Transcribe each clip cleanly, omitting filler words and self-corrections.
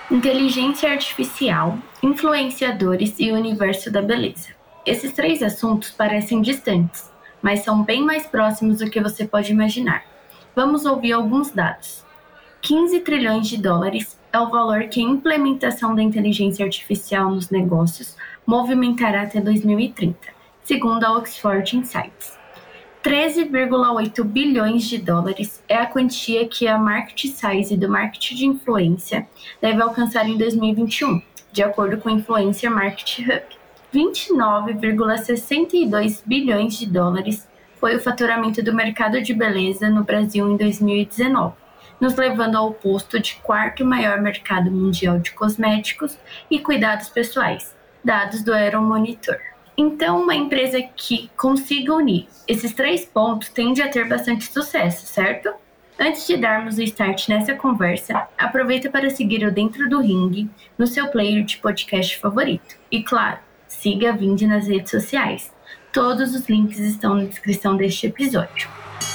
inteligência artificial, influenciadores e o universo da beleza. Esses 3 assuntos parecem distantes, mas são bem mais próximos do que você pode imaginar. Vamos ouvir alguns dados. 15 trilhões de dólares é o valor que a implementação da inteligência artificial nos negócios movimentará até 2030, segundo a Oxford Insights. 13,8 bilhões de dólares é a quantia que a market size do marketing de influência deve alcançar em 2021, de acordo com o Influencer Market Hub. 29,62 bilhões de dólares foi o faturamento do mercado de beleza no Brasil em 2019, nos levando ao posto de 4º maior mercado mundial de cosméticos e cuidados pessoais, dados do Euromonitor. Então, uma empresa que consiga unir esses 3 pontos tende a ter bastante sucesso, certo? Antes de darmos o start nessa conversa, aproveita para seguir o Dentro do Ring no seu player de podcast favorito. E claro, siga a Vind nas redes sociais. Todos os links estão na descrição deste episódio.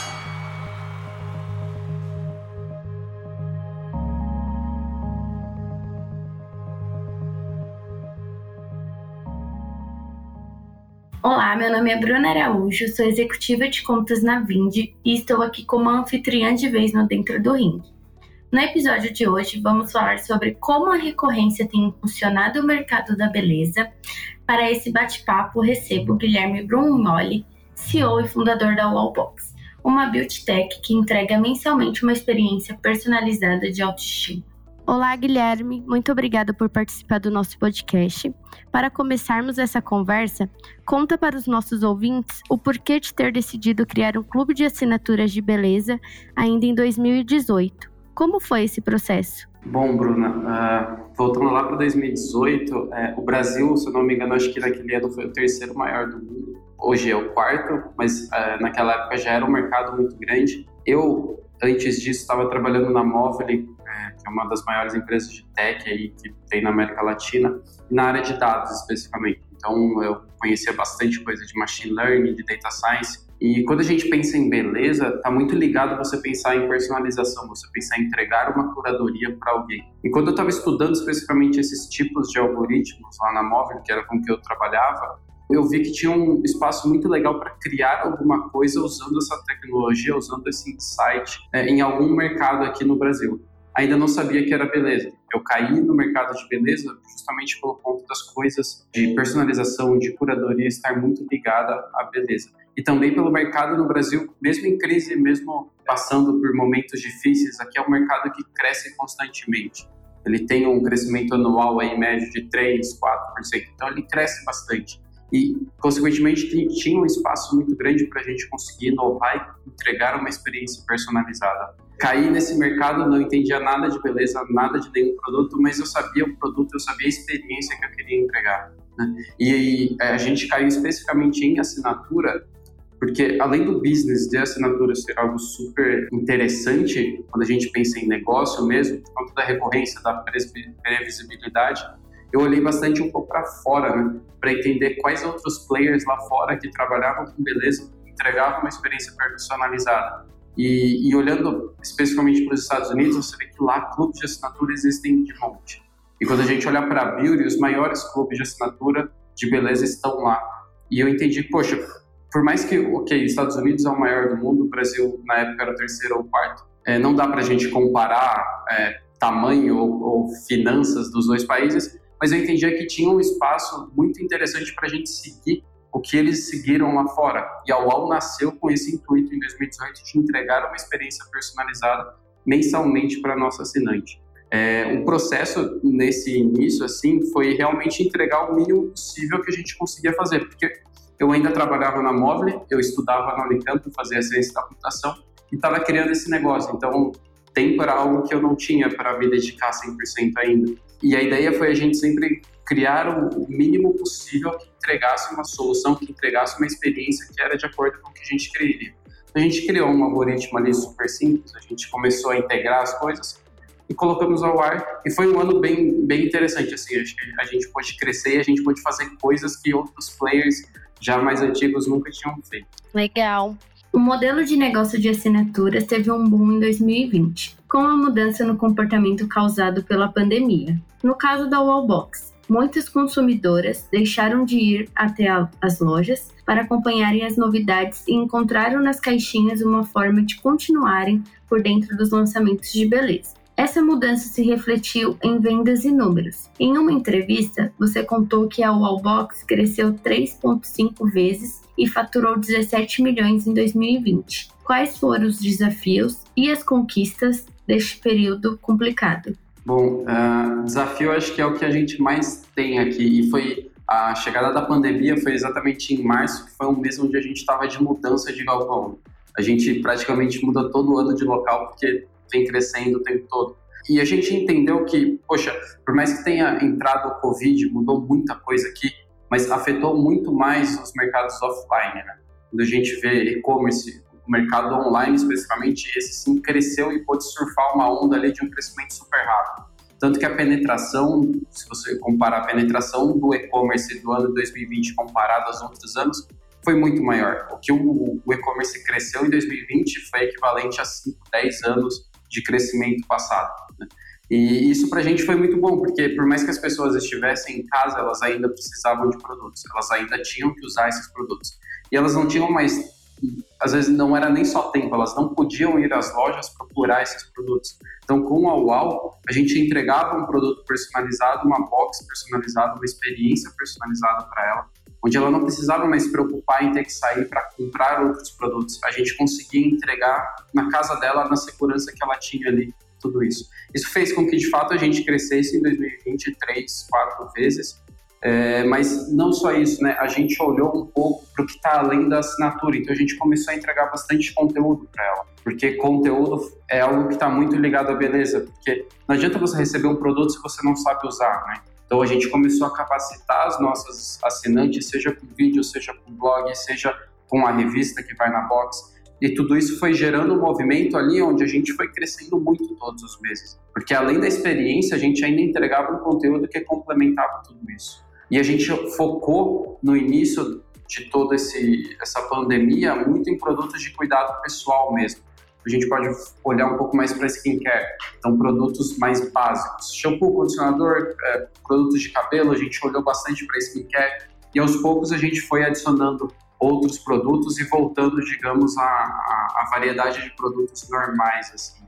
Olá, meu nome é Bruna Araújo, sou executiva de contas na Vind e estou aqui como anfitriã de vez no Dentro do Ring. No episódio de hoje, vamos falar sobre como a recorrência tem impulsionado o mercado da beleza. Para esse bate-papo, recebo Guilherme Brugnoli, CEO e fundador da Wallbox, uma beauty tech que entrega mensalmente uma experiência personalizada de autoestima. Olá, Guilherme, muito obrigada por participar do nosso podcast. Para começarmos essa conversa, conta para os nossos ouvintes o porquê de ter decidido criar um clube de assinaturas de beleza ainda em 2018. Como foi esse processo? Bom, Bruna, voltando lá para 2018, o Brasil, se eu não me engano, acho que naquele ano foi o 3º maior do mundo. Hoje é o 4º, mas naquela época já era um mercado muito grande. Eu, antes disso, estava trabalhando na Movile, que é uma das maiores empresas de tech aí que tem na América Latina, na área de dados especificamente. Então, eu conhecia bastante coisa de machine learning, de data science. E quando a gente pensa em beleza, está muito ligado você pensar em personalização, você pensar em entregar uma curadoria para alguém. E quando eu estava estudando especificamente esses tipos de algoritmos lá na Movile, que era com que eu trabalhava, eu vi que tinha um espaço muito legal para criar alguma coisa usando essa tecnologia, usando esse insight em algum mercado aqui no Brasil. Ainda não sabia que era beleza. Eu caí no mercado de beleza justamente pelo ponto das coisas de personalização, de curadoria estar muito ligada à beleza. E também pelo mercado no Brasil, mesmo em crise, mesmo passando por momentos difíceis, aqui é um mercado que cresce constantemente. Ele tem um crescimento anual aí médio de 3%, 4%, então ele cresce bastante. E, consequentemente, tinha um espaço muito grande para a gente conseguir inovar e entregar uma experiência personalizada. Caí nesse mercado, não entendia nada de beleza, nada de nenhum produto, mas eu sabia o produto, eu sabia a experiência que eu queria entregar, né? E a gente caiu especificamente em assinatura, porque além do business de assinatura ser algo super interessante, quando a gente pensa em negócio mesmo, por conta da recorrência, da previsibilidade, eu olhei bastante um pouco para fora, né, para entender quais outros players lá fora que trabalhavam com beleza entregavam uma experiência personalizada. E olhando especificamente para os Estados Unidos, você vê que lá clubes de assinatura existem de monte. E quando a gente olha para a beauty, os maiores clubes de assinatura de beleza estão lá. E eu entendi, poxa, por mais que, Estados Unidos é o maior do mundo, o Brasil na época era o 3º ou 4º, não dá para a gente comparar tamanho ou finanças dos dois países, mas eu entendia que tinha um espaço muito interessante para a gente seguir o que eles seguiram lá fora. E a UOL nasceu com esse intuito em 2018 de entregar uma experiência personalizada mensalmente para a nossa assinante. O processo nesse início assim, foi realmente entregar o mínimo possível que a gente conseguia fazer, porque eu ainda trabalhava na Movile, eu estudava na Unicamp, fazia ciência da computação e estava criando esse negócio. Então, tempo era algo que eu não tinha para me dedicar 100% ainda. E a ideia foi a gente sempre criar o mínimo possível que entregasse uma solução, que entregasse uma experiência que era de acordo com o que a gente queria. A gente criou um algoritmo ali super simples, a gente começou a integrar as coisas e colocamos ao ar. E foi um ano bem interessante, assim, acho que a gente pôde crescer, a gente pôde fazer coisas que outros players já mais antigos nunca tinham feito. Legal. O modelo de negócio de assinaturas teve um boom em 2020, com a mudança no comportamento causado pela pandemia. No caso da Wallbox, muitas consumidoras deixaram de ir até as lojas para acompanharem as novidades e encontraram nas caixinhas uma forma de continuarem por dentro dos lançamentos de beleza. Essa mudança se refletiu em vendas e números. Em uma entrevista, você contou que a Wallbox cresceu 3,5 vezes e faturou 17 milhões em 2020. Quais foram os desafios e as conquistas deste período complicado? Bom, desafio acho que é o que a gente mais tem aqui, e foi a chegada da pandemia foi exatamente em março, que foi um mês onde a gente estava de mudança de galpão. A gente praticamente muda todo ano de local porque vem crescendo o tempo todo. E a gente entendeu que, poxa, por mais que tenha entrado o Covid, mudou muita coisa aqui, mas afetou muito mais os mercados offline, né? Quando a gente vê e-commerce, o mercado online especificamente, esse sim cresceu e pôde surfar uma onda ali de um crescimento super rápido. Tanto que a penetração, se você comparar a penetração do e-commerce do ano 2020 comparado aos outros anos, foi muito maior. O que o e-commerce cresceu em 2020 foi equivalente a 5, 10 anos de crescimento passado, né? E isso pra gente foi muito bom, porque por mais que as pessoas estivessem em casa, elas ainda precisavam de produtos, elas ainda tinham que usar esses produtos. E elas não tinham mais, às vezes não era nem só tempo, elas não podiam ir às lojas procurar esses produtos. Então com a Wall, a gente entregava um produto personalizado, uma box personalizada, uma experiência personalizada para ela, onde ela não precisava mais se preocupar em ter que sair para comprar outros produtos. A gente conseguia entregar na casa dela, na segurança que ela tinha ali, tudo isso. Isso fez com que, de fato, a gente crescesse em 2020 3, 4 vezes, mas não só isso, né? A gente olhou um pouco para o que está além da assinatura, então a gente começou a entregar bastante conteúdo para ela, porque conteúdo é algo que está muito ligado à beleza, porque não adianta você receber um produto se você não sabe usar, né? Então a gente começou a capacitar as nossas assinantes, seja com vídeo, seja com blog, seja com a revista que vai na box. E tudo isso foi gerando um movimento ali onde a gente foi crescendo muito todos os meses. Porque além da experiência, a gente ainda entregava um conteúdo que complementava tudo isso. E a gente focou no início de toda essa pandemia muito em produtos de cuidado pessoal mesmo. A gente pode olhar um pouco mais para skincare, então produtos mais básicos. Shampoo, condicionador, produtos de cabelo, a gente olhou bastante para skincare e aos poucos a gente foi adicionando outros produtos e voltando, digamos, a variedade de produtos normais, assim.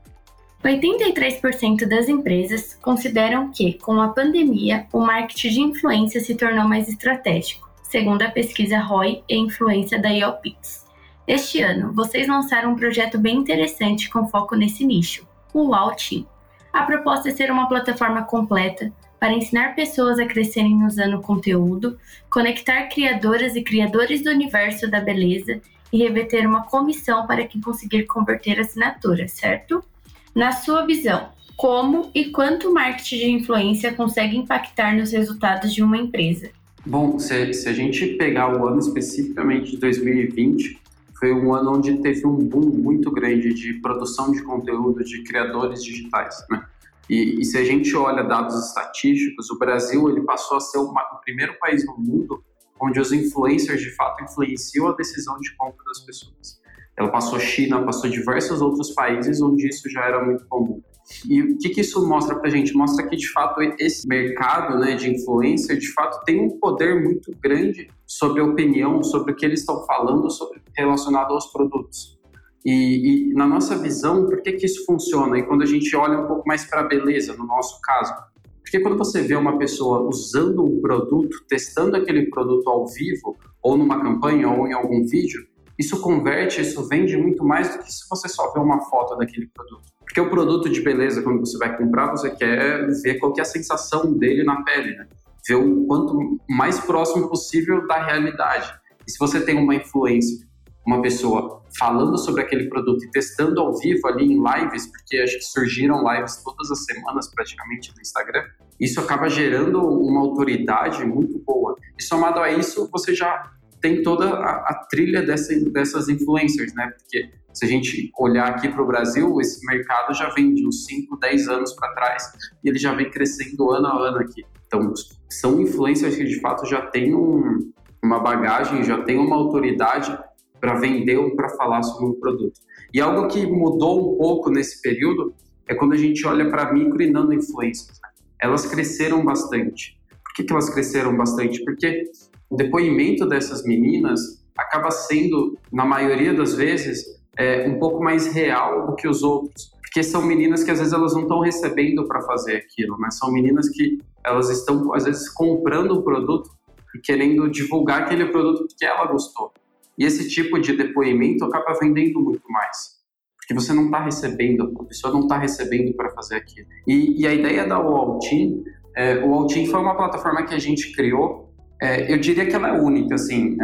83% das empresas consideram que, com a pandemia, o marketing de influência se tornou mais estratégico, segundo a pesquisa ROI e Influência da Yelpix. Este ano, vocês lançaram um projeto bem interessante com foco nesse nicho, o Wall Team. A proposta é ser uma plataforma completa para ensinar pessoas a crescerem usando conteúdo, conectar criadoras e criadores do universo da beleza e reverter uma comissão para quem conseguir converter assinaturas, certo? Na sua visão, como e quanto o marketing de influência consegue impactar nos resultados de uma empresa? Bom, se a gente pegar o ano especificamente de 2020, foi um ano onde teve um boom muito grande de produção de conteúdo de criadores digitais, né? E se a gente olha dados estatísticos, o Brasil ele passou a ser o primeiro país no mundo onde os influencers de fato influenciam a decisão de compra das pessoas. Ela passou China, passou diversos outros países onde isso já era muito comum. E o que isso mostra pra gente? Mostra que, de fato, esse mercado, né, de influencer, de fato, tem um poder muito grande sobre a opinião, sobre o que eles estão falando relacionado aos produtos. E na nossa visão, por que isso funciona? E quando a gente olha um pouco mais para a beleza, no nosso caso, porque quando você vê uma pessoa usando um produto, testando aquele produto ao vivo, ou numa campanha, ou em algum vídeo, isso converte, isso vende muito mais do que se você só vê uma foto daquele produto. Porque o produto de beleza, quando você vai comprar, você quer ver qual que é a sensação dele na pele, né? Ver o quanto mais próximo possível da realidade. E se você tem uma influência, uma pessoa falando sobre aquele produto e testando ao vivo ali em lives, porque acho que surgiram lives todas as semanas praticamente no Instagram, isso acaba gerando uma autoridade muito boa. E somado a isso, você já tem toda a trilha dessas influencers, né? Porque se a gente olhar aqui para o Brasil, esse mercado já vem de uns 5, 10 anos para trás e ele já vem crescendo ano a ano aqui. Então, são influencers que de fato já têm uma bagagem, já têm uma autoridade para vender ou para falar sobre um produto. E algo que mudou um pouco nesse período é quando a gente olha para micro e nano influencers. Elas cresceram bastante. Por que elas cresceram bastante? Porque o depoimento dessas meninas acaba sendo, na maioria das vezes, um pouco mais real do que os outros. Porque são meninas que às vezes elas não estão recebendo para fazer aquilo, mas são meninas que elas estão, às vezes, comprando um produto e querendo divulgar aquele produto que ela gostou. E esse tipo de depoimento acaba vendendo muito mais. Porque você não está recebendo, a pessoa não está recebendo para fazer aquilo. E a ideia da Wallteam, o Wallteam foi uma plataforma que a gente criou, eu diria que ela é única, assim,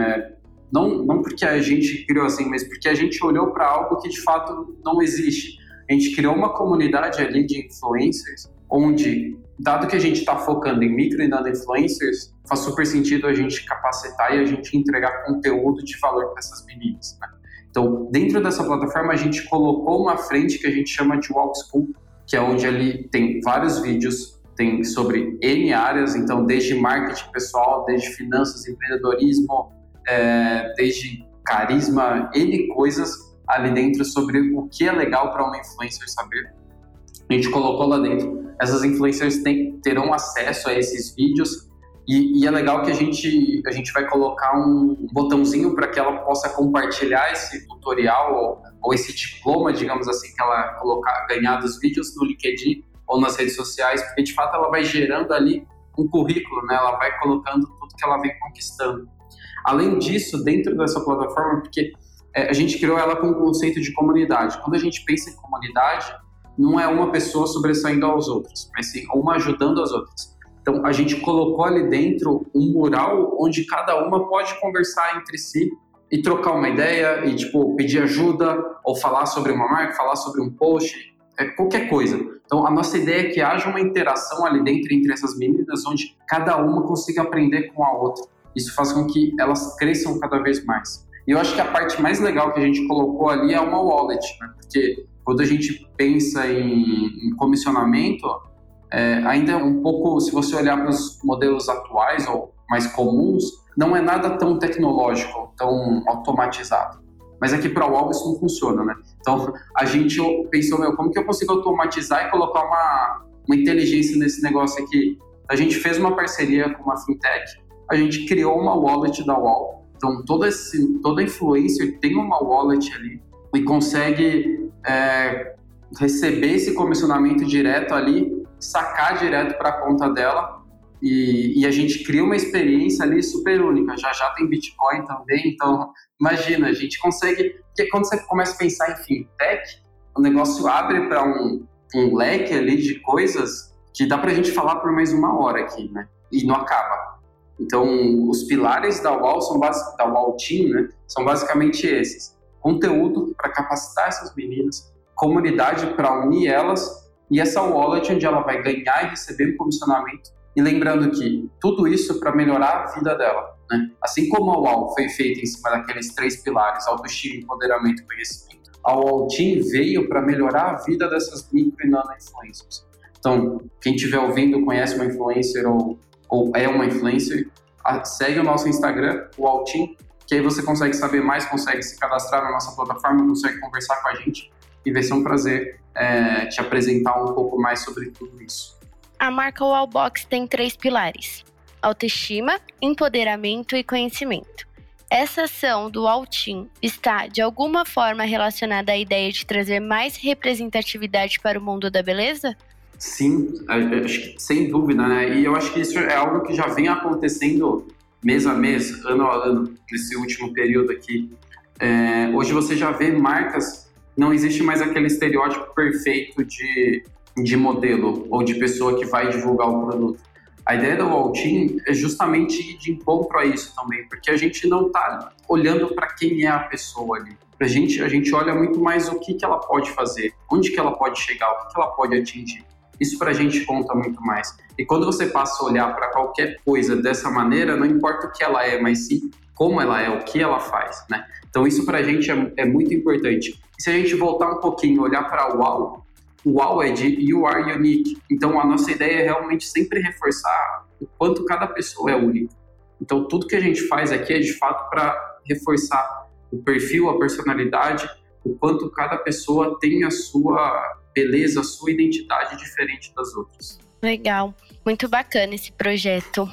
não porque a gente criou assim, mas porque a gente olhou para algo que de fato não existe. A gente criou uma comunidade ali de influencers, onde, dado que a gente está focando em micro e nano influencers, faz super sentido a gente capacitar e a gente entregar conteúdo de valor para essas meninas, né? Então, dentro dessa plataforma, a gente colocou uma frente que a gente chama de Walk School, que é onde ali tem vários vídeos, tem sobre N áreas, então desde marketing pessoal, desde finanças, empreendedorismo, desde carisma, N coisas ali dentro sobre o que é legal para uma influencer saber. A gente colocou lá dentro. Essas influencers terão acesso a esses vídeos e é legal que a gente vai colocar um botãozinho para que ela possa compartilhar esse tutorial ou esse diploma, digamos assim, que ela ganhar dos vídeos no LinkedIn ou nas redes sociais, porque de fato ela vai gerando ali um currículo, né? Ela vai colocando tudo que ela vem conquistando. Além disso, dentro dessa plataforma, porque a gente criou ela com o conceito de comunidade. Quando a gente pensa em comunidade, não é uma pessoa sobressaindo aos outros, mas sim uma ajudando as outras. Então, a gente colocou ali dentro um mural onde cada uma pode conversar entre si e trocar uma ideia e, pedir ajuda ou falar sobre uma marca, falar sobre um post, qualquer coisa. Então, a nossa ideia é que haja uma interação ali dentro entre essas meninas onde cada uma consiga aprender com a outra. Isso faz com que elas cresçam cada vez mais. E eu acho que a parte mais legal que a gente colocou ali é uma wallet, né? Porque quando a gente pensa em comissionamento, ainda é um pouco, se você olhar para os modelos atuais ou mais comuns, não é nada tão tecnológico, tão automatizado. Mas aqui para o Wall isso não funciona, né? Então a gente pensou, como que eu consigo automatizar e colocar uma inteligência nesse negócio aqui? A gente fez uma parceria com uma fintech, a gente criou uma wallet da Wall. Então toda influencer tem uma wallet ali e consegue receber esse comissionamento direto ali, sacar direto para a conta dela e a gente cria uma experiência ali super única. Já tem Bitcoin também, então imagina, a gente consegue, porque quando você começa a pensar em fintech, o negócio abre para um leque ali de coisas que dá para a gente falar por mais uma hora aqui, né? E não acaba. Então, os pilares da Wall da Wallteam, né, são basicamente esses: conteúdo para capacitar essas meninas, comunidade para unir elas e essa wallet onde ela vai ganhar e receber um comissionamento. E lembrando que tudo isso para melhorar a vida dela, né? Assim como a Wall foi feita em cima daqueles 3 pilares, autoestima, empoderamento e conhecimento, a Wallteam veio para melhorar a vida dessas micro e nano influencers. Então, quem estiver ouvindo, conhece uma influencer ou é uma influencer, segue o nosso Instagram, o Wallteam, que aí você consegue saber mais, consegue se cadastrar na nossa plataforma, consegue conversar com a gente e vai ser um prazer te apresentar um pouco mais sobre tudo isso. A marca Wallbox tem 3 pilares: autoestima, empoderamento e conhecimento. Essa ação do Wallteam está, de alguma forma, relacionada à ideia de trazer mais representatividade para o mundo da beleza? Sim, acho que, sem dúvida, né? E eu acho que isso é algo que já vem acontecendo mês a mês, ano a ano, nesse último período aqui. Hoje você já vê marcas, não existe mais aquele estereótipo perfeito de modelo ou de pessoa que vai divulgar o produto. A ideia da Wallteam é justamente ir de encontro a isso também, porque a gente não está olhando para quem é a pessoa ali. A gente olha muito mais o que ela pode fazer, onde que ela pode chegar, o que ela pode atingir. Isso para a gente conta muito mais. E quando você passa a olhar para qualquer coisa dessa maneira, não importa o que ela é, mas sim como ela é, o que ela faz, né? Então isso para a gente é muito importante. E se a gente voltar um pouquinho, olhar para o Wow é de You Are Unique. Então, a nossa ideia é realmente sempre reforçar o quanto cada pessoa é única. Então, tudo que a gente faz aqui é, de fato, para reforçar o perfil, a personalidade, o quanto cada pessoa tem a sua beleza, a sua identidade diferente das outras. Legal, muito bacana esse projeto.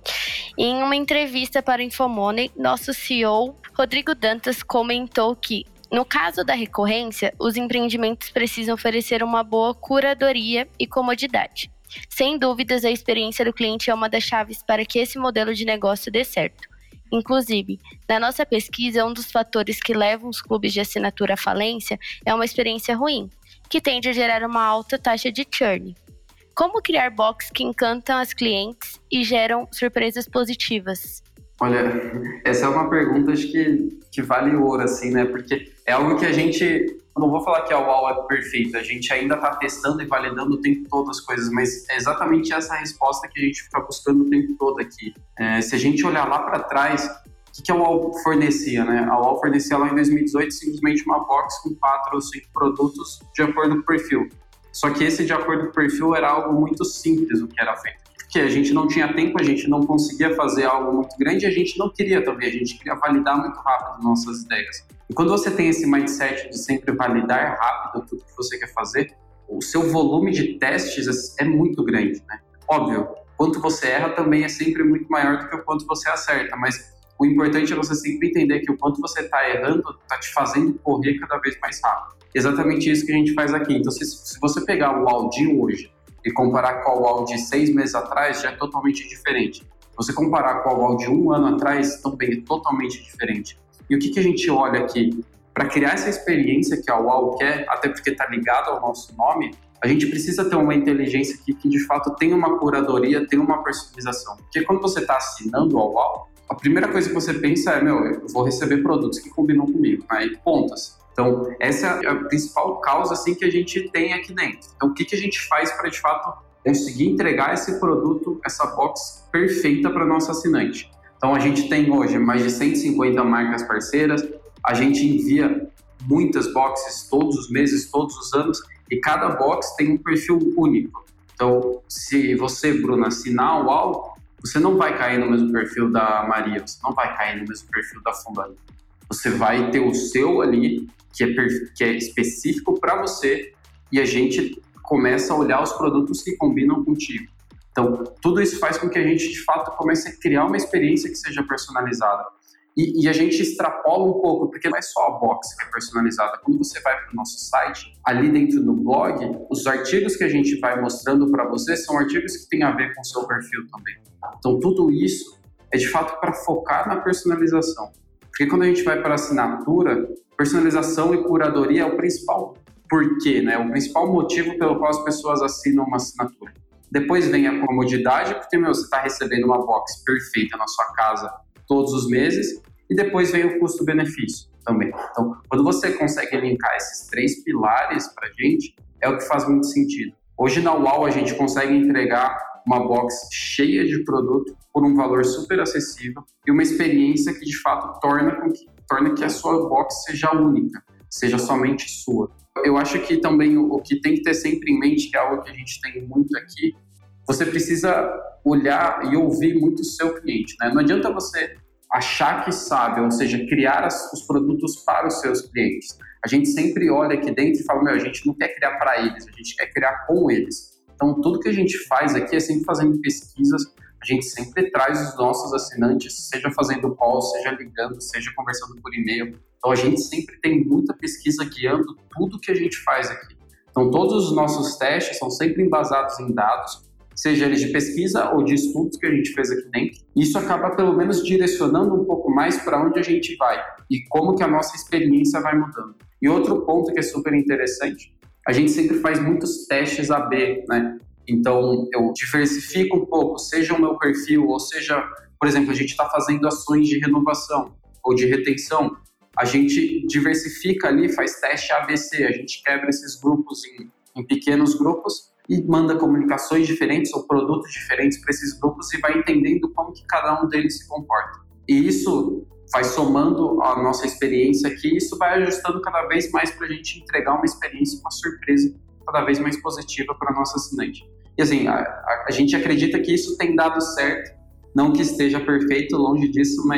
Em uma entrevista para o Infomoney, nosso CEO, Rodrigo Dantas, comentou que, no caso da recorrência, os empreendimentos precisam oferecer uma boa curadoria e comodidade. Sem dúvidas, a experiência do cliente é uma das chaves para que esse modelo de negócio dê certo. Inclusive, na nossa pesquisa, um dos fatores que levam os clubes de assinatura à falência é uma experiência ruim, que tende a gerar uma alta taxa de churn. Como criar box que encantam as clientes e geram surpresas positivas? Olha, essa é uma pergunta acho que vale ouro, assim, né? Porque é algo que a gente... Não vou falar que a UAU é perfeita, a gente ainda está testando e validando o tempo todo as coisas, mas é exatamente essa resposta que a gente fica buscando o tempo todo aqui. Se a gente olhar lá para trás, o que a UAU fornecia, né? A UAU fornecia lá em 2018 simplesmente uma box com 4 ou 5 produtos de acordo com o perfil. Só que esse de acordo com o perfil era algo muito simples o que era feito. Porque a gente não tinha tempo, a gente não conseguia fazer algo muito grande, a gente não queria também, a gente queria validar muito rápido nossas ideias. E quando você tem esse mindset de sempre validar rápido tudo que você quer fazer, o seu volume de testes é muito grande, né? Óbvio, quanto você erra também é sempre muito maior do que o quanto você acerta, mas o importante é você sempre entender que o quanto você está errando está te fazendo correr cada vez mais rápido. Exatamente isso que a gente faz aqui. Então, se você pegar o UAU de hoje e comparar com o UAU de 6 meses atrás, já é totalmente diferente. Você comparar com o UAU de 1 ano atrás, também é totalmente diferente. E o que a gente olha aqui? Para criar essa experiência que a UAU quer, até porque está ligado ao nosso nome, a gente precisa ter uma inteligência que de fato tem uma curadoria, tem uma personalização. Porque quando você está assinando a UAU, a primeira coisa que você pensa é, eu vou receber produtos que combinam comigo, né? E pontas. Então, essa é a principal causa assim, que a gente tem aqui dentro. Então, o que a gente faz para, de fato, conseguir entregar esse produto, essa box perfeita para o nosso assinante? Então, a gente tem hoje mais de 150 marcas parceiras, a gente envia muitas boxes todos os meses, todos os anos, e cada box tem um perfil único. Então, se você, Bruna, assinar o UAU, você não vai cair no mesmo perfil da Maria, você não vai cair no mesmo perfil da Fulana. Você vai ter o seu ali, que é específico para você, e a gente começa a olhar os produtos que combinam contigo. Então, tudo isso faz com que a gente, de fato, comece a criar uma experiência que seja personalizada. E a gente extrapola um pouco, porque não é só a box que é personalizada. Quando você vai para o nosso site, ali dentro do blog, os artigos que a gente vai mostrando para você são artigos que têm a ver com o seu perfil também. Então, tudo isso é, de fato, para focar na personalização. Porque quando a gente vai para a assinatura, personalização e curadoria é o principal porquê, né? O principal motivo pelo qual as pessoas assinam uma assinatura. Depois vem a comodidade, porque você está recebendo uma box perfeita na sua casa todos os meses, e depois vem o custo-benefício também. Então, quando você consegue linkar esses 3 pilares para a gente, é o que faz muito sentido. Hoje na UAU a gente consegue entregar uma box cheia de produto por um valor super acessível e uma experiência que de fato torna que a sua box seja única, seja somente sua. Eu acho que também o que tem que ter sempre em mente, que é algo que a gente tem muito aqui, você precisa olhar e ouvir muito o seu cliente, né? Não adianta você achar que sabe, ou seja, criar os produtos para os seus clientes. A gente sempre olha aqui dentro e fala, a gente não quer criar para eles, a gente quer criar com eles. Então, tudo que a gente faz aqui é sempre fazendo pesquisas, a gente sempre traz os nossos assinantes, seja fazendo call, seja ligando, seja conversando por e-mail. Então, a gente sempre tem muita pesquisa guiando tudo que a gente faz aqui. Então, todos os nossos testes são sempre embasados em dados, seja eles de pesquisa ou de estudos que a gente fez aqui dentro. Isso acaba, pelo menos, direcionando um pouco mais para onde a gente vai e como que a nossa experiência vai mudando. E outro ponto que é super interessante, a gente sempre faz muitos testes AB, né? Então, eu diversifico um pouco, seja o meu perfil, ou seja, por exemplo, a gente está fazendo ações de renovação ou de retenção. A gente diversifica ali, faz teste ABC, a gente quebra esses grupos em pequenos grupos e manda comunicações diferentes ou produtos diferentes para esses grupos e vai entendendo como que cada um deles se comporta. E isso vai somando a nossa experiência aqui, e isso vai ajustando cada vez mais para a gente entregar uma experiência, uma surpresa cada vez mais positiva para a nossa assinante. E assim, a gente acredita que isso tem dado certo, não que esteja perfeito, longe disso, mas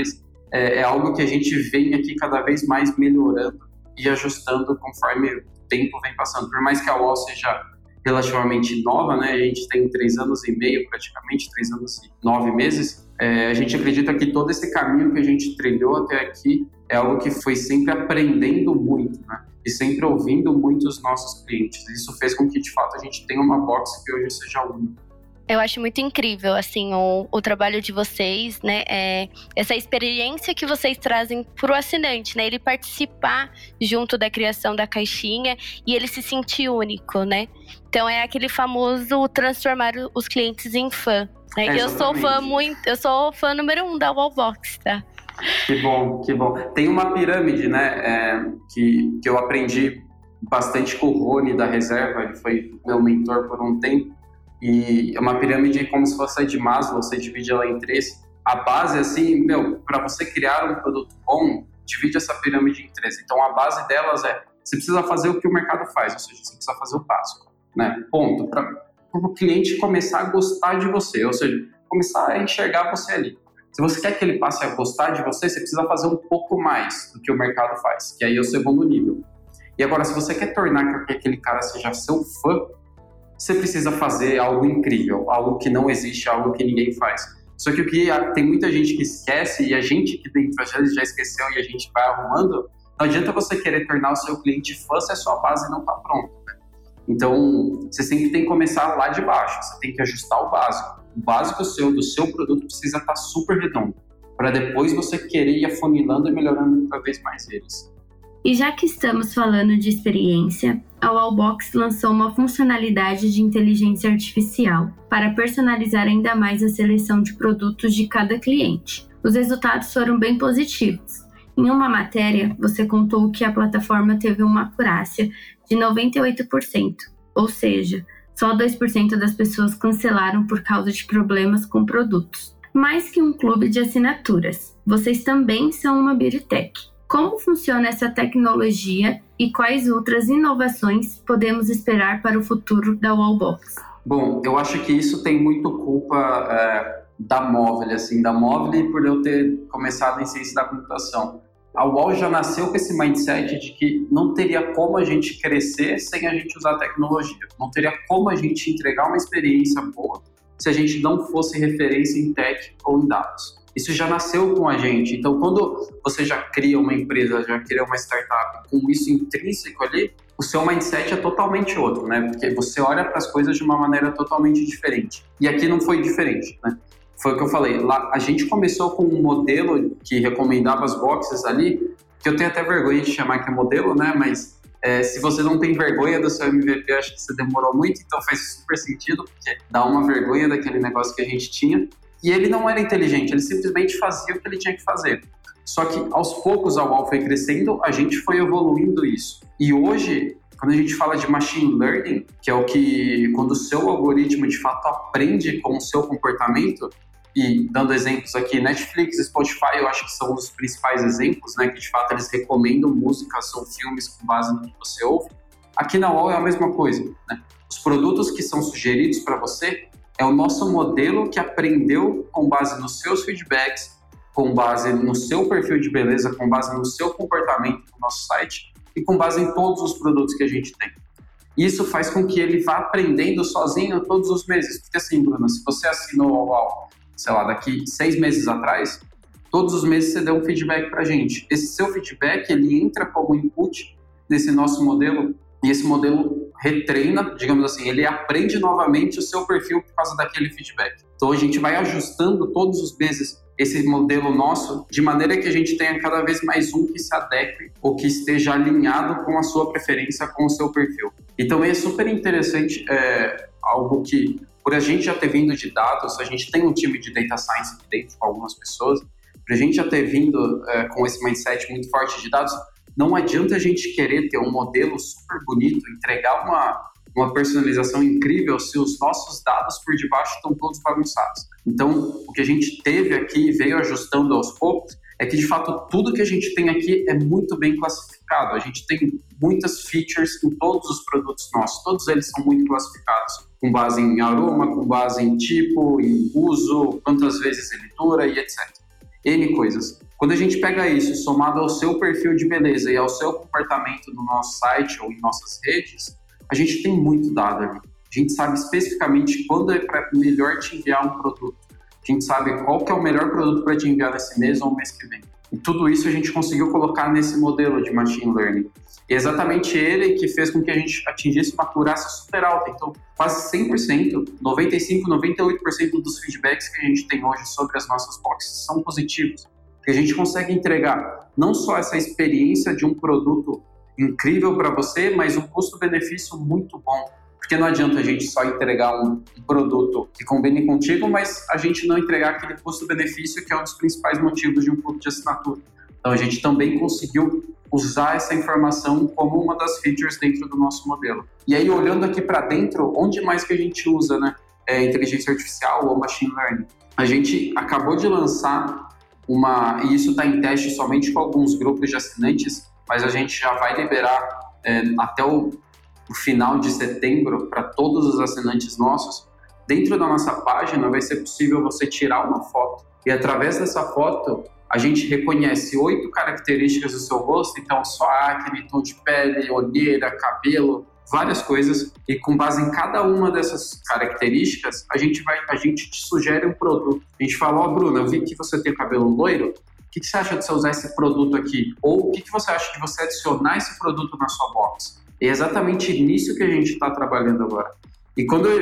é algo que a gente vem aqui cada vez mais melhorando e ajustando conforme o tempo vem passando. Por mais que a UOL seja relativamente nova, né? A gente tem 3 anos e meio praticamente, 3 anos e 9 meses, a gente acredita que todo esse caminho que a gente trilhou até aqui é algo que foi sempre aprendendo muito, né? E sempre ouvindo muito os nossos clientes. Isso fez com que, de fato, a gente tenha uma box que hoje seja única. Eu acho muito incrível, assim, o trabalho de vocês, né? Essa experiência que vocês trazem pro assinante, né? Ele participar junto da criação da caixinha e ele se sentir único, né? Então é aquele famoso transformar os clientes em fã. Né? Eu sou fã número 1 da Wallbox, tá? Que bom, que bom. Tem uma pirâmide, né? Que eu aprendi bastante com o Rony da Reserva, ele foi meu mentor por um tempo. E é uma pirâmide como se fosse a de Maslow, você divide ela em 3. A base, assim, para você criar um produto bom, divide essa pirâmide em 3. Então, a base delas você precisa fazer o que o mercado faz, ou seja, você precisa fazer o básico, né? Ponto. Para o cliente começar a gostar de você, ou seja, começar a enxergar você ali. Se você quer que ele passe a gostar de você, você precisa fazer um pouco mais do que o mercado faz, que aí é o segundo nível. E agora, se você quer tornar que aquele cara seja seu fã, você precisa fazer algo incrível, algo que não existe, algo que ninguém faz. Só que tem muita gente que esquece, e a gente que dentro às vezes já esqueceu e a gente vai arrumando, não adianta você querer tornar o seu cliente fã se a sua base não está pronta. Né? Então, você sempre tem que começar lá de baixo, você tem que ajustar o básico. O básico do seu produto precisa estar super redondo, para depois você querer ir afunilando e melhorando cada vez mais eles. E já que estamos falando de experiência, a Wallbox lançou uma funcionalidade de inteligência artificial para personalizar ainda mais a seleção de produtos de cada cliente. Os resultados foram bem positivos. Em uma matéria, você contou que a plataforma teve uma acurácia de 98%, ou seja, só 2% das pessoas cancelaram por causa de problemas com produtos. Mais que um clube de assinaturas, vocês também são uma beauty tech. Como funciona essa tecnologia e quais outras inovações podemos esperar para o futuro da Wallbox? Bom, eu acho que isso tem muito culpa da Movile, assim, da Movile por eu ter começado em ciência da computação. A Wall já nasceu com esse mindset de que não teria como a gente crescer sem a gente usar tecnologia. Não teria como a gente entregar uma experiência boa se a gente não fosse referência em tech ou em dados. Isso já nasceu com a gente. Então, quando você já cria uma empresa, já cria uma startup com isso intrínseco ali, o seu mindset é totalmente outro, né? Porque você olha para as coisas de uma maneira totalmente diferente. E aqui não foi diferente, né? Foi o que eu falei. Lá, a gente começou com um modelo que recomendava as boxes ali, que eu tenho até vergonha de chamar que é modelo, né? Mas se você não tem vergonha do seu MVP, eu acho que você demorou muito, então faz super sentido, porque dá uma vergonha daquele negócio que a gente tinha. E ele não era inteligente, ele simplesmente fazia o que ele tinha que fazer. Só que aos poucos a Wall foi crescendo, a gente foi evoluindo isso. E hoje, quando a gente fala de machine learning, que é o que, quando o seu algoritmo de fato aprende com o seu comportamento, e dando exemplos aqui, Netflix, Spotify, eu acho que são os principais exemplos, né, que de fato eles recomendam músicas ou filmes com base no que você ouve. Aqui na Wall é a mesma coisa, né? Os produtos que são sugeridos para você é o nosso modelo que aprendeu com base nos seus feedbacks, com base no seu perfil de beleza, com base no seu comportamento no nosso site e com base em todos os produtos que a gente tem. Isso faz com que ele vá aprendendo sozinho todos os meses. Porque assim, Bruna, se você assinou a Wall, sei lá, daqui 6 meses atrás, todos os meses você deu um feedback pra gente. Esse seu feedback, ele entra como input nesse nosso modelo e esse modelo retreina, digamos assim, ele aprende novamente o seu perfil por causa daquele feedback. Então a gente vai ajustando todos os meses esse modelo nosso, de maneira que a gente tenha cada vez mais um que se adeque ou que esteja alinhado com a sua preferência, com o seu perfil. Então é super interessante, algo que, por a gente já ter vindo de dados, a gente tem um time de data science aqui dentro com algumas pessoas, por a gente já ter vindo com esse mindset muito forte de dados, não adianta a gente querer ter um modelo super bonito, entregar uma personalização incrível se os nossos dados por debaixo estão todos bagunçados. Então, o que a gente teve aqui e veio ajustando aos poucos é que, de fato, tudo que a gente tem aqui é muito bem classificado. A gente tem muitas features em todos os produtos nossos. Todos eles são muito classificados, com base em aroma, com base em tipo, em uso, quantas vezes ele dura e etc. N coisas. Quando a gente pega isso, somado ao seu perfil de beleza e ao seu comportamento no nosso site ou em nossas redes, a gente tem muito dado ali. A gente sabe especificamente quando é melhor te enviar um produto. A gente sabe qual que é o melhor produto para te enviar nesse mês ou mês que vem. E tudo isso a gente conseguiu colocar nesse modelo de Machine Learning. E é exatamente ele que fez com que a gente atingisse uma acurácia super alta. Então, quase 100%, 95%, 98% dos feedbacks que a gente tem hoje sobre as nossas boxes são positivos. Que a gente consegue entregar não só essa experiência de um produto incrível para você, mas um custo-benefício muito bom. Porque não adianta a gente só entregar um produto que combine contigo, mas a gente não entregar aquele custo-benefício que é um dos principais motivos de um clube de assinatura. Então, a gente também conseguiu usar essa informação como uma das features dentro do nosso modelo. E aí, olhando aqui para dentro, onde mais que a gente usa, né? Inteligência artificial ou machine learning? A gente acabou de lançar e isso está em teste somente com alguns grupos de assinantes, mas a gente já vai liberar até o final de setembro para todos os assinantes nossos. Dentro da nossa página vai ser possível você tirar uma foto e através dessa foto a gente reconhece 8 características do seu rosto, então sua acne, tom de pele, olheira, cabelo, várias coisas, e com base em cada uma dessas características, a gente te sugere um produto. A gente fala, Bruna, eu vi que você tem cabelo loiro, o que você acha de você usar esse produto aqui? Ou o que você acha de você adicionar esse produto na sua box? É exatamente nisso que a gente está trabalhando agora. E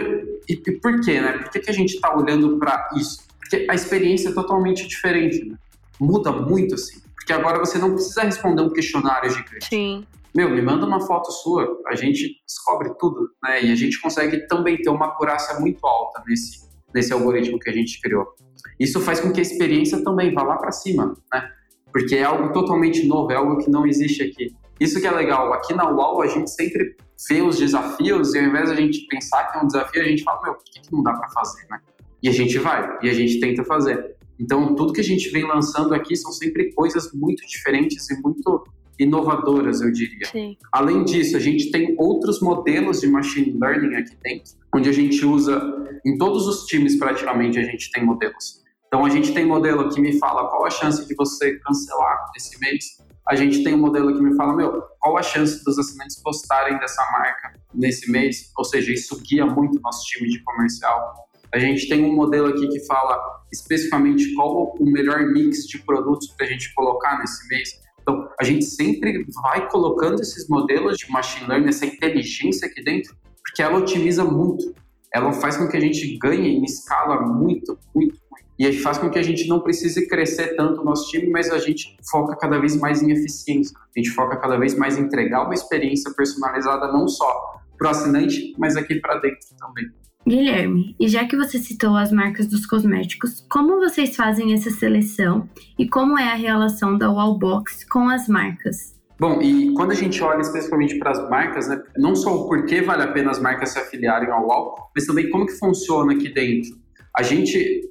por quê, né? Por que a gente está olhando para isso? Porque a experiência é totalmente diferente, né? Muda muito, assim. Porque agora você não precisa responder um questionário gigante. Sim. Me manda uma foto sua, a gente descobre tudo, né? E a gente consegue também ter uma acurácia muito alta nesse algoritmo que a gente criou. Isso faz com que a experiência também vá lá para cima, né? Porque é algo totalmente novo, é algo que não existe aqui. Isso que é legal. Aqui na UOL, a gente sempre vê os desafios e ao invés de a gente pensar que é um desafio, a gente fala, por que não dá para fazer, né? E a gente vai, e a gente tenta fazer. Então, tudo que a gente vem lançando aqui são sempre coisas muito diferentes e muito inovadoras, eu diria. Sim. Além disso, a gente tem outros modelos de machine learning aqui dentro, onde a gente usa, em todos os times praticamente, a gente tem modelos. Então, a gente tem modelo que me fala qual a chance de você cancelar esse mês. A gente tem um modelo que me fala, qual a chance dos assinantes gostarem dessa marca nesse mês? Ou seja, isso guia muito o nosso time de comercial. A gente tem um modelo aqui que fala especificamente qual o melhor mix de produtos para a gente colocar nesse mês. Então, a gente sempre vai colocando esses modelos de machine learning, essa inteligência aqui dentro, porque ela otimiza muito. Ela faz com que a gente ganhe em escala muito, muito, muito. E faz com que a gente não precise crescer tanto o nosso time, mas a gente foca cada vez mais em eficiência. A gente foca cada vez mais em entregar uma experiência personalizada não só para o assinante, mas aqui para dentro também. Guilherme, e já que você citou as marcas dos cosméticos, como vocês fazem essa seleção e como é a relação da Wallbox com as marcas? Bom, e quando a gente olha especificamente para as marcas, né, não só o porquê vale a pena as marcas se afiliarem ao Wall, mas também como que funciona aqui dentro. A gente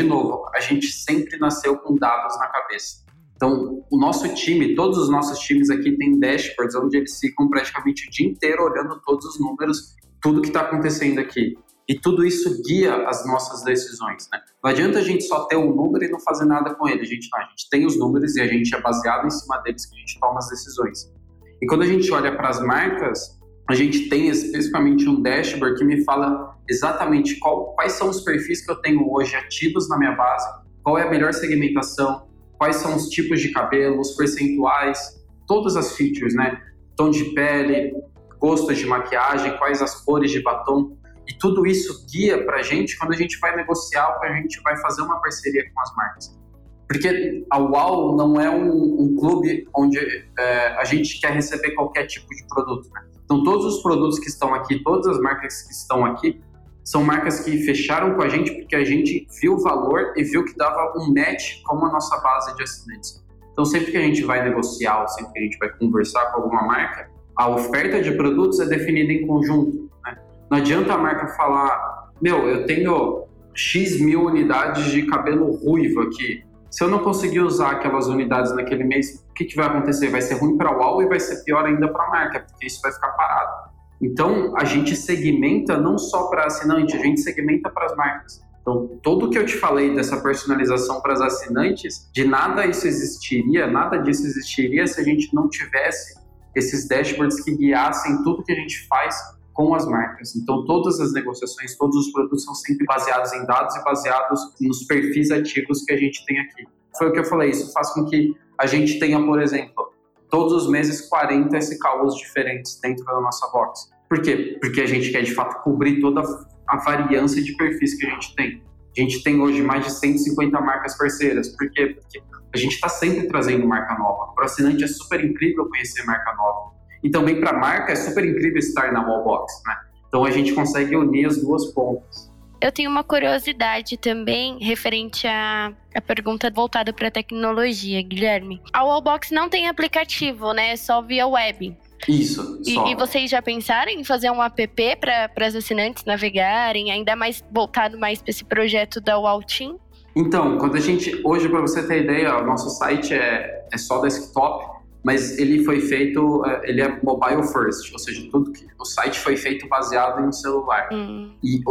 sempre nasceu com dados na cabeça. Então, o nosso time, todos os nossos times aqui têm dashboards onde eles ficam praticamente o dia inteiro olhando todos os números, tudo que está acontecendo aqui. E tudo isso guia as nossas decisões, né? Não adianta a gente só ter um número e não fazer nada com ele. A gente tem os números e a gente é baseado em cima deles que a gente toma as decisões. E quando a gente olha para as marcas, a gente tem especificamente um dashboard que me fala exatamente quais são os perfis que eu tenho hoje ativos na minha base, qual é a melhor segmentação, quais são os tipos de cabelo, os percentuais, todas as features, né? Tom de pele, gostos de maquiagem, quais as cores de batom. E tudo isso guia para a gente quando a gente vai negociar, quando a gente vai fazer uma parceria com as marcas. Porque a UOL não é um clube onde a gente quer receber qualquer tipo de produto, né? Então, todos os produtos que estão aqui, todas as marcas que estão aqui, são marcas que fecharam com a gente porque a gente viu o valor e viu que dava um match com a nossa base de assinantes. Então, sempre que a gente vai negociar ou sempre que a gente vai conversar com alguma marca, a oferta de produtos é definida em conjunto, né? Não adianta a marca falar, eu tenho X mil unidades de cabelo ruivo aqui. Se eu não conseguir usar aquelas unidades naquele mês, o que vai acontecer? Vai ser ruim para a UOL e vai ser pior ainda para a marca, porque isso vai ficar parado. Então, a gente segmenta não só para assinante, a gente segmenta para as marcas. Então, tudo que eu te falei dessa personalização para as assinantes, de nada disso existiria se a gente não tivesse esses dashboards que guiassem tudo que a gente faz com as marcas. Então, todas as negociações, todos os produtos são sempre baseados em dados e baseados nos perfis ativos que a gente tem aqui. Foi o que eu falei, isso faz com que a gente tenha, por exemplo, todos os meses 40 SKUs diferentes dentro da nossa box. Por quê? Porque a gente quer, de fato, cobrir toda a variância de perfis que a gente tem. A gente tem hoje mais de 150 marcas parceiras. Por quê? Porque a gente está sempre trazendo marca nova. Para o assinante é super incrível conhecer marca nova. E também para a marca é super incrível estar na Wallbox, né? Então a gente consegue unir as duas pontas. Eu tenho uma curiosidade também referente à pergunta voltada para a tecnologia, Guilherme. A Wallbox não tem aplicativo, né? É só via web. Isso, só. E vocês já pensaram em fazer um app para as assinantes navegarem, ainda mais voltado mais para esse projeto da Wallteam? Então, quando a gente, hoje, para você ter ideia, o nosso site é só desktop, mas ele foi feito, ele é mobile first, ou seja, o site foi feito baseado em um celular. E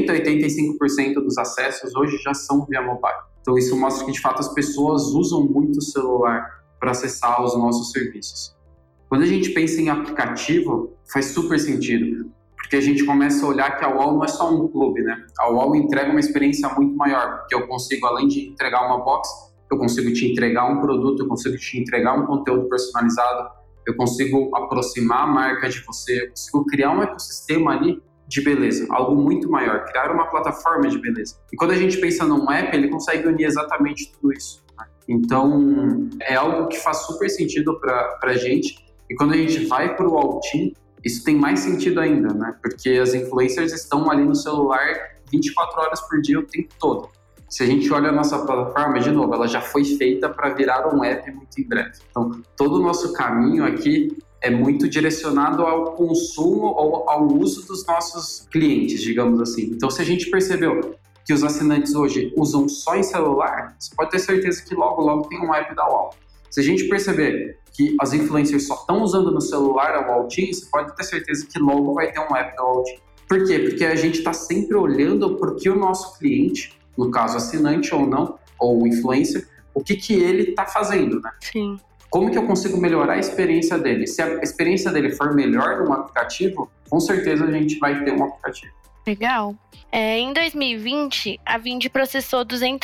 85% dos acessos hoje já são via mobile. Então isso mostra que, de fato, as pessoas usam muito o celular para acessar os nossos serviços. Quando a gente pensa em aplicativo, faz super sentido, porque a gente começa a olhar que a Wall não é só um clube, né? A Wall entrega uma experiência muito maior, porque eu consigo, além de entregar uma box, eu consigo te entregar um produto, eu consigo te entregar um conteúdo personalizado, eu consigo aproximar a marca de você, eu consigo criar um ecossistema ali de beleza, algo muito maior, criar uma plataforma de beleza. E quando a gente pensa num app, ele consegue unir exatamente tudo isso, né? Então, é algo que faz super sentido para a gente. E quando a gente vai para o Wallteam, isso tem mais sentido ainda, né? Porque as influencers estão ali no celular 24 horas por dia, o tempo todo. Se a gente olha a nossa plataforma, de novo, ela já foi feita para virar um app muito em breve. Então, todo o nosso caminho aqui é muito direcionado ao consumo ou ao uso dos nossos clientes, digamos assim. Então, se a gente percebeu que os assinantes hoje usam só em celular, você pode ter certeza que logo, logo tem um app da Wall. Se a gente perceber que as influencers só estão usando no celular a Wallteam, você pode ter certeza que logo vai ter um app da Wallteam. Por quê? Porque a gente está sempre olhando por que o nosso cliente, no caso assinante ou não, ou influencer, o que ele está fazendo, né? Sim. Como que eu consigo melhorar a experiência dele? Se a experiência dele for melhor num aplicativo, com certeza a gente vai ter um aplicativo. Legal. Em 2020, a Vindi processou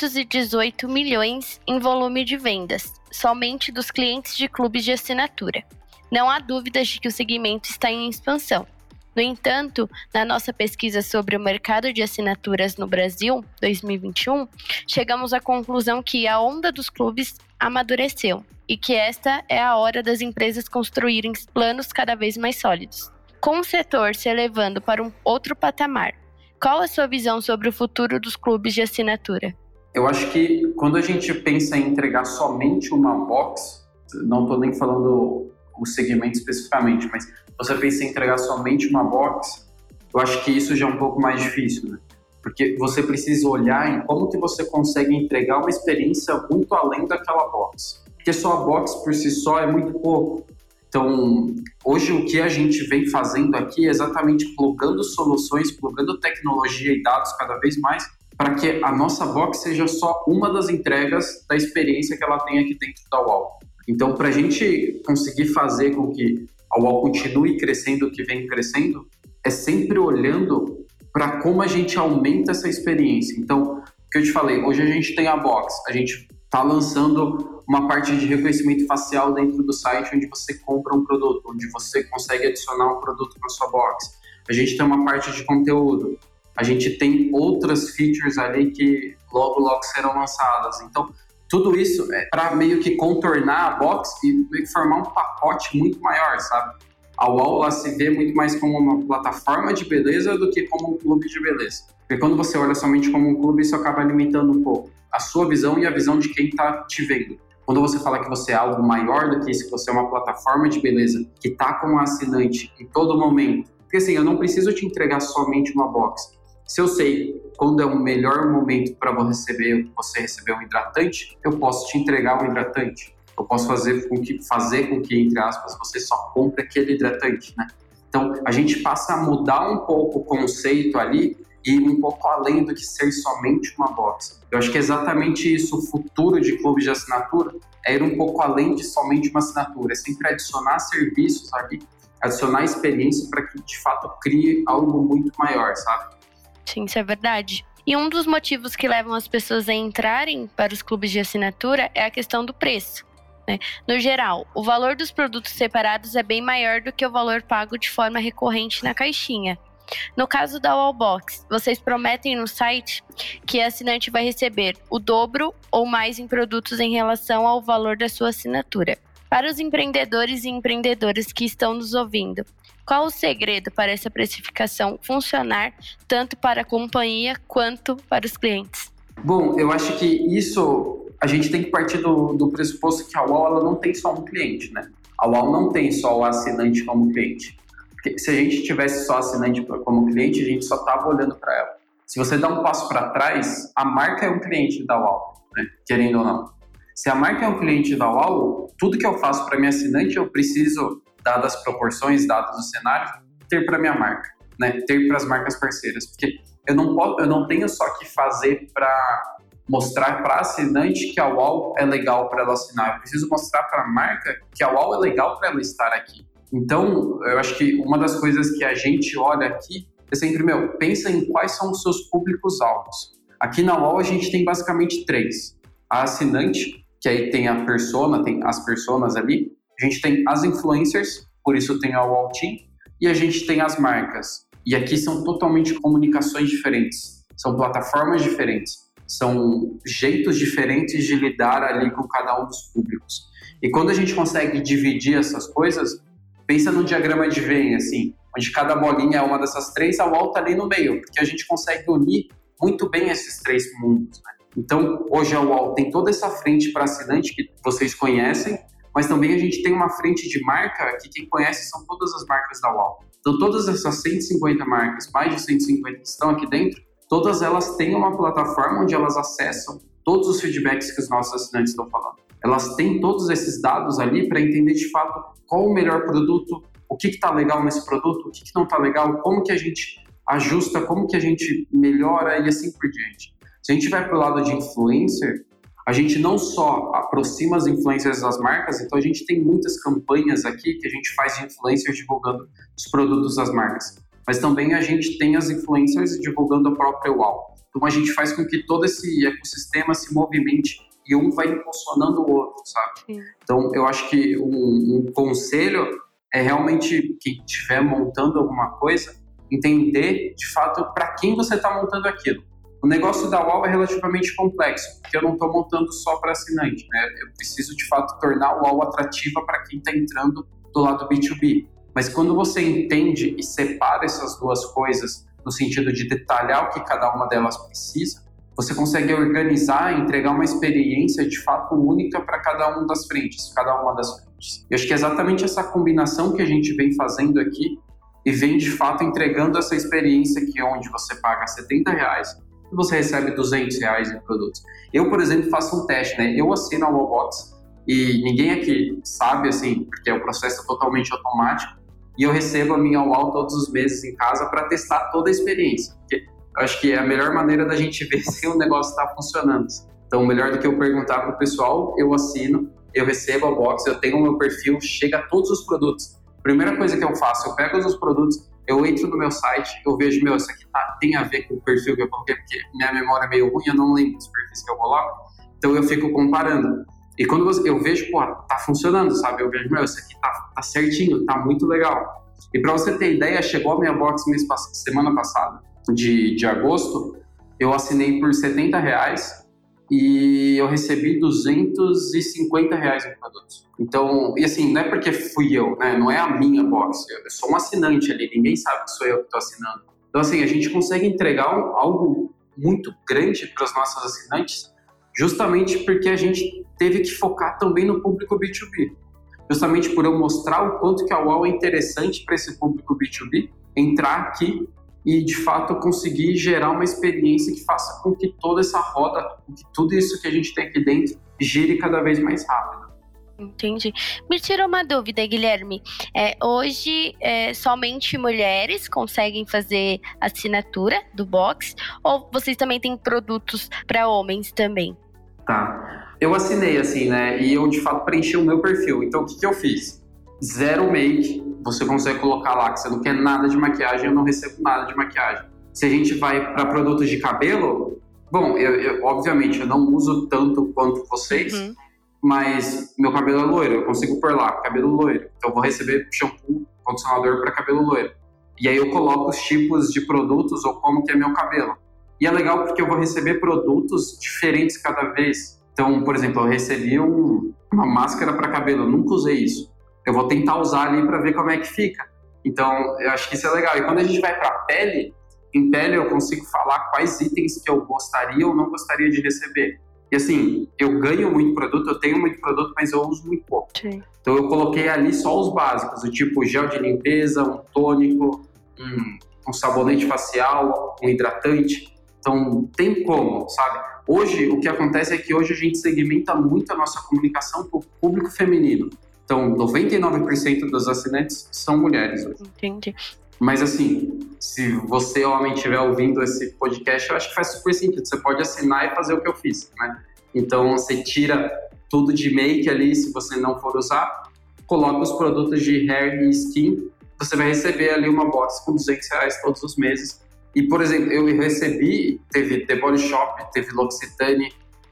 218 milhões em volume de vendas, somente dos clientes de clubes de assinatura. Não há dúvidas de que o segmento está em expansão. No entanto, na nossa pesquisa sobre o mercado de assinaturas no Brasil, 2021, chegamos à conclusão que a onda dos clubes amadureceu e que esta é a hora das empresas construírem planos cada vez mais sólidos. Com o setor se elevando para um outro patamar, qual a sua visão sobre o futuro dos clubes de assinatura? Eu acho que quando a gente pensa em entregar somente uma box, não estou nem falando o segmento especificamente, mas você pensa em entregar somente uma box, eu acho que isso já é um pouco mais difícil, né? Porque você precisa olhar em como que você consegue entregar uma experiência muito além daquela box. Porque só a box por si só é muito pouco. Então, hoje o que a gente vem fazendo aqui é exatamente plugando soluções, plugando tecnologia e dados cada vez mais para que a nossa box seja só uma das entregas da experiência que ela tem aqui dentro da Wall. Então, para a gente conseguir fazer com que a Wall continue crescendo o que vem crescendo, é sempre olhando para como a gente aumenta essa experiência. Então, o que eu te falei, hoje a gente tem a box, a gente está lançando uma parte de reconhecimento facial dentro do site onde você compra um produto, onde você consegue adicionar um produto na sua box. A gente tem uma parte de conteúdo, a gente tem outras features ali que logo serão lançadas. Então, tudo isso é para meio que contornar a box e meio que formar um pacote muito maior, sabe? A Wall ela se vê muito mais como uma plataforma de beleza do que como um clube de beleza. Porque quando você olha somente como um clube, isso acaba limitando um pouco a sua visão e a visão de quem está te vendo. Quando você fala que você é algo maior do que isso, que você é uma plataforma de beleza que está com um assinante em todo momento. Porque assim, eu não preciso te entregar somente uma box. Se eu sei quando é o melhor momento para você receber um hidratante, eu posso te entregar um hidratante. Eu posso fazer com que, entre aspas, você só compre aquele hidratante, né? Então, a gente passa a mudar um pouco o conceito ali ir um pouco além do que ser somente uma box. Eu acho que é exatamente isso, o futuro de clubes de assinatura, é ir um pouco além de somente uma assinatura, é sempre adicionar serviços ali, adicionar experiência para que, de fato, crie algo muito maior, sabe? Sim, isso é verdade. E um dos motivos que levam as pessoas a entrarem para os clubes de assinatura é a questão do preço, né? No geral, o valor dos produtos separados é bem maior do que o valor pago de forma recorrente na caixinha. No caso da Wallbox, vocês prometem no site que a assinante vai receber o dobro ou mais em produtos em relação ao valor da sua assinatura. Para os empreendedores e empreendedoras que estão nos ouvindo, qual o segredo para essa precificação funcionar tanto para a companhia quanto para os clientes? Bom, eu acho que isso, a gente tem que partir do pressuposto que a Wall ela não tem só um cliente, né? A Wall não tem só o assinante como cliente. Porque se a gente tivesse só assinante como cliente, a gente só estava olhando para ela. Se você dá um passo para trás, a marca é um cliente da Wall, né? Querendo ou não. Se a marca é um cliente da Wall, tudo que eu faço para minha assinante, eu preciso, dadas as proporções, dados o cenário, ter para minha marca, né? Ter para as marcas parceiras. Porque eu não tenho só que fazer para mostrar para a assinante que a Wall é legal para ela assinar. Eu preciso mostrar para a marca que a Wall é legal para ela estar aqui. Então, eu acho que uma das coisas que a gente olha aqui é sempre, pensa em quais são os seus públicos-alvos. Aqui na Wall a gente tem basicamente 3. A assinante, que aí tem a persona, tem as personas ali. A gente tem as influencers, por isso tem a Wall Team. E a gente tem as marcas. E aqui são totalmente comunicações diferentes. São plataformas diferentes. São jeitos diferentes de lidar ali com cada um dos públicos. E quando a gente consegue dividir essas coisas, pensa no diagrama de Venn, assim, onde cada bolinha é uma dessas 3, a Wall tá ali no meio, porque a gente consegue unir muito bem esses 3 mundos, né? Então, hoje a Wall tem toda essa frente para assinante que vocês conhecem, mas também a gente tem uma frente de marca que quem conhece são todas as marcas da Wall. Então, todas essas 150 marcas, mais de 150 que estão aqui dentro, todas elas têm uma plataforma onde elas acessam todos os feedbacks que os nossos assinantes estão falando. Elas têm todos esses dados ali para entender de fato qual o melhor produto, o que está legal nesse produto, o que não está legal, como que a gente ajusta, como que a gente melhora e assim por diante. Se a gente vai para o lado de influencer, a gente não só aproxima as influencers das marcas, então a gente tem muitas campanhas aqui que a gente faz de influencers divulgando os produtos das marcas, mas também a gente tem as influencers divulgando a própria Wall. Então a gente faz com que todo esse ecossistema se movimente e um vai impulsionando o outro, sabe? Sim. Então, eu acho que um conselho é realmente quem estiver montando alguma coisa, entender, de fato, para quem você está montando aquilo. O negócio da Wall é relativamente complexo, porque eu não estou montando só para assinante, né? Eu preciso, de fato, tornar a Wall atrativa para quem está entrando do lado B2B. Mas quando você entende e separa essas duas coisas, no sentido de detalhar o que cada uma delas precisa, você consegue organizar e entregar uma experiência de fato única para cada uma das frentes. Eu acho que é exatamente essa combinação que a gente vem fazendo aqui e vem de fato entregando essa experiência que onde você paga R$70 e você recebe R$200 em produtos. Eu, por exemplo, faço um teste, né? Eu assino a Wallbox e ninguém aqui sabe, assim, porque o processo é totalmente automático, e eu recebo a minha Wall todos os meses em casa para testar toda a experiência. Porque eu acho que é a melhor maneira da gente ver se o negócio está funcionando. Então, melhor do que eu perguntar para o pessoal, eu assino, eu recebo a box, eu tenho o meu perfil, chega a todos os produtos. Primeira coisa que eu faço, eu pego os produtos, eu entro no meu site, eu vejo, isso aqui tem a ver com o perfil que eu coloquei, porque minha memória é meio ruim, eu não lembro dos perfis que eu coloco, então eu fico comparando. E quando eu vejo, tá funcionando, sabe? Eu vejo, isso aqui tá certinho, tá muito legal. E para você ter ideia, chegou a minha box semana passada, de agosto, eu assinei por R$70 e eu recebi R$250 em produtos. Então, e assim, não é porque fui eu, né? Não é a minha box, eu sou um assinante ali, ninguém sabe que sou eu que estou assinando. Então, assim, a gente consegue entregar algo muito grande para os nossos assinantes, justamente porque a gente teve que focar também no público B2B. Justamente por eu mostrar o quanto que a Wall é interessante para esse público B2B, entrar aqui e, de fato, conseguir gerar uma experiência que faça com que toda essa roda, com que tudo isso que a gente tem aqui dentro, gire cada vez mais rápido. Entendi. Me tirou uma dúvida, Guilherme. Hoje, somente mulheres conseguem fazer assinatura do box? Ou vocês também têm produtos para homens também? Tá. Eu assinei, assim, né? E eu, de fato, preenchi o meu perfil. Então, o que eu fiz? Zero make. Você consegue colocar lá que você não quer nada de maquiagem, eu não recebo nada de maquiagem. Se a gente vai para produtos de cabelo, bom, obviamente, eu não uso tanto quanto vocês, mas meu cabelo é loiro, eu consigo pôr lá, cabelo loiro. Então, eu vou receber shampoo, condicionador para cabelo loiro. E aí eu coloco os tipos de produtos ou como que é meu cabelo. E é legal porque eu vou receber produtos diferentes cada vez. Então, por exemplo, eu recebi uma máscara para cabelo, eu nunca usei isso. Eu vou tentar usar ali para ver como é que fica. Então, eu acho que isso é legal. E quando a gente vai para pele, em pele eu consigo falar quais itens que eu gostaria ou não gostaria de receber. E assim, eu ganho muito produto, eu tenho muito produto, mas eu uso muito pouco. Sim. Então eu coloquei ali só os básicos, o tipo gel de limpeza, um tônico, um sabonete facial, um hidratante. Então tem como, sabe? Hoje, o que acontece é que hoje a gente segmenta muito a nossa comunicação para o público feminino. Então, 99% dos assinantes são mulheres hoje. Entendi. Mas assim, se você, homem, estiver ouvindo esse podcast, eu acho que faz super sentido. Você pode assinar e fazer o que eu fiz, né? Então, você tira tudo de make ali, se você não for usar, coloca os produtos de hair e skin, você vai receber ali uma box com R$200 todos os meses. E, por exemplo, eu recebi, teve The Body Shop, teve L'Occitane,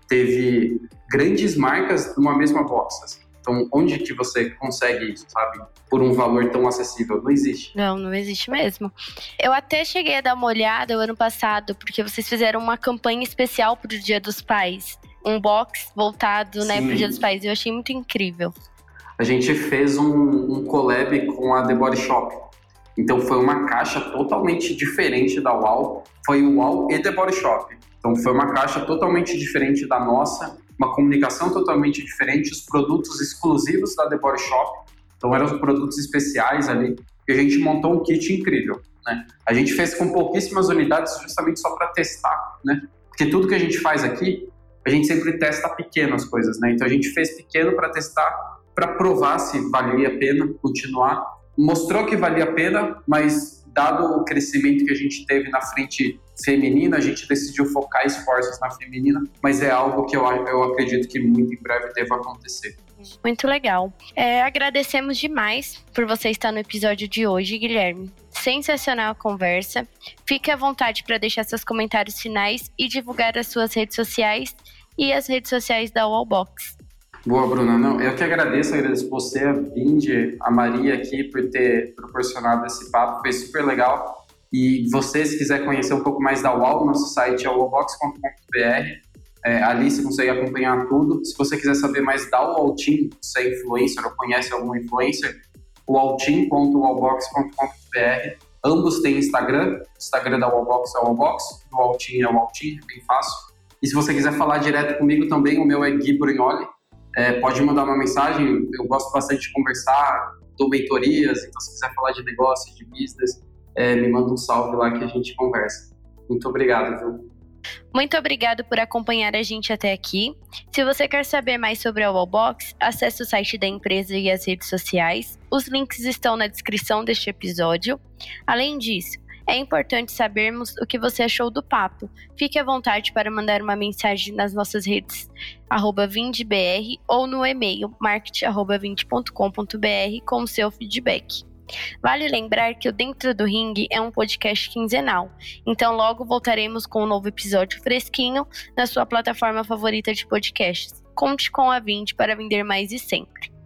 teve grandes marcas numa mesma box, assim. Então, onde que você consegue isso, sabe? Por um valor tão acessível? Não existe. Não existe mesmo. Eu até cheguei a dar uma olhada o ano passado, porque vocês fizeram uma campanha especial pro Dia dos Pais. Um box voltado, né, pro Dia dos Pais. Eu achei muito incrível. A gente fez um collab com a The Body Shop. Então, foi uma caixa totalmente diferente da UAU. Foi o UAU e The Body Shop. Então, foi uma caixa totalmente diferente da nossa, uma comunicação totalmente diferente, os produtos exclusivos da The Body Shop. Então, eram os produtos especiais ali. E a gente montou um kit incrível, né? A gente fez com pouquíssimas unidades justamente só para testar, né? Porque tudo que a gente faz aqui, a gente sempre testa pequenas coisas, né? Então, a gente fez pequeno para testar, para provar se valia a pena continuar. Mostrou que valia a pena, mas dado o crescimento que a gente teve na frente feminina, a gente decidiu focar esforços na feminina, mas é algo que eu acredito que muito em breve deva acontecer. Muito legal. Agradecemos demais por você estar no episódio de hoje, Guilherme. Sensacional a conversa. Fique à vontade para deixar seus comentários finais e divulgar as suas redes sociais e as redes sociais da Wallbox. Boa, Bruna. Não, eu que agradeço você, a Vindy, a Maria aqui por ter proporcionado esse papo, foi super legal. E você, se quiser conhecer um pouco mais da UAU, nosso site é wallbox.com.br. Ali você consegue acompanhar tudo. Se você quiser saber mais da UAU Team, se é influencer ou conhece algum influencer, wallteam.wallbox.com.br. Ambos têm Instagram. O Instagram da Wallbox é o Wallbox, do UAU Team é o UAU Team, é bem fácil. E se você quiser falar direto comigo também, o meu é Gui Brignoli. Pode mandar uma mensagem, eu gosto bastante de conversar, dou mentorias, então se quiser falar de negócio, de business, me manda um salve lá que a gente conversa. Muito obrigado, viu? Muito obrigado por acompanhar a gente até aqui. Se você quer saber mais sobre a Wallbox, acesse o site da empresa e as redes sociais. Os links estão na descrição deste episódio. Além disso, é importante sabermos o que você achou do papo. Fique à vontade para mandar uma mensagem nas nossas redes @vindbr ou no e-mail market@vind.com.br com o seu feedback. Vale lembrar que o Dentro do Ring é um podcast quinzenal, então logo voltaremos com um novo episódio fresquinho na sua plataforma favorita de podcasts. Conte com a Vind para vender mais e sempre.